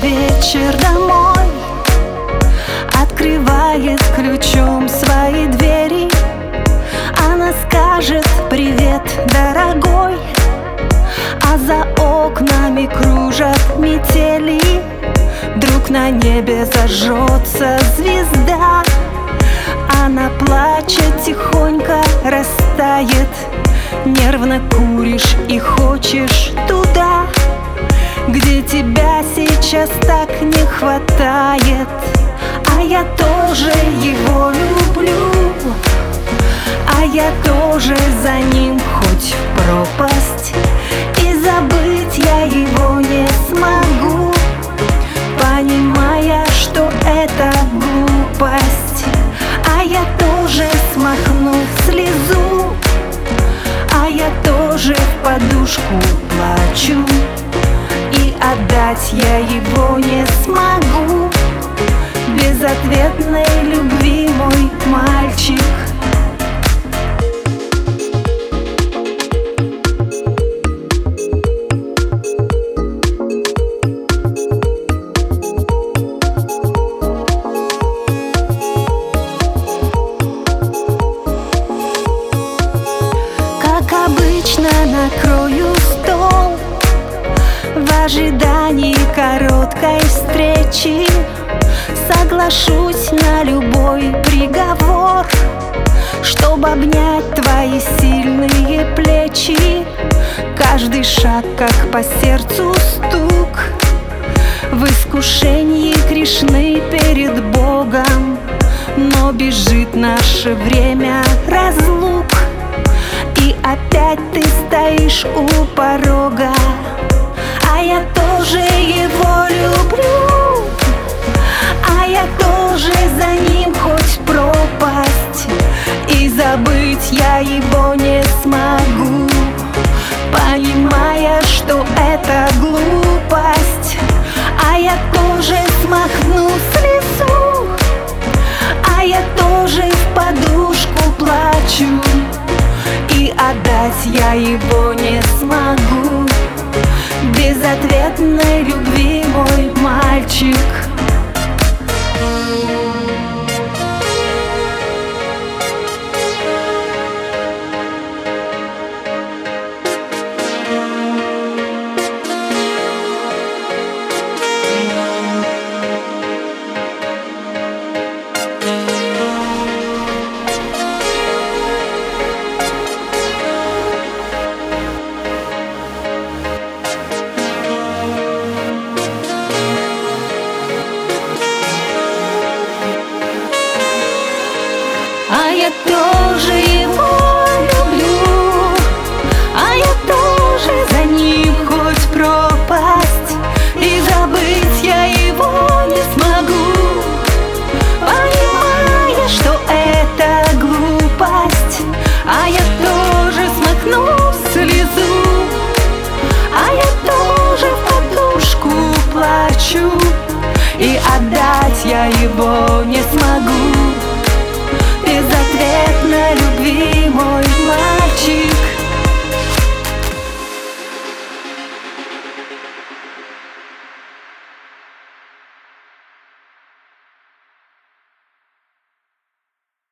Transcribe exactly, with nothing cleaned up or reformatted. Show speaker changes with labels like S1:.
S1: вечер домой, открывает ключом свои двери. Она скажет: привет, дорогой. А за окнами кружат метели. Вдруг на небе зажжется звезда. Она плачет, тихонько растает. Нервно куришь и хочешь туда, где тебя сейчас так не хватает. А я тоже его люблю, а я тоже за ним хоть в пропасть. И забыть я его не смогу, понимая, что это глупость. А я тоже смахну слезу, а я тоже в подушку плачу. И отдать я его не смогу безответной любви, мой мальчик. Как обычно, накрою стол в ожидании короткой встречи. Соглашусь на любой приговор, чтобы обнять твои сильные плечи. Каждый шаг, как по сердцу стук, в искушении Кришны перед Богом. Но бежит наше время разлук, и опять ты стоишь у порога. А я тоже его люблю, а я тоже за ним хоть в пропасть. И забыть я его не смогу, понимая, что это глупость. А я тоже смахну слезу, а я тоже в подушку плачу. И отдать я его не смогу безответной любви, мой мальчик. А я тоже его люблю, а я тоже за ним хоть в пропасть. И забыть я его не смогу, понимая, что это глупость. А я тоже смахну слезу, а я тоже в подушку плачу. И отдать я его не смогу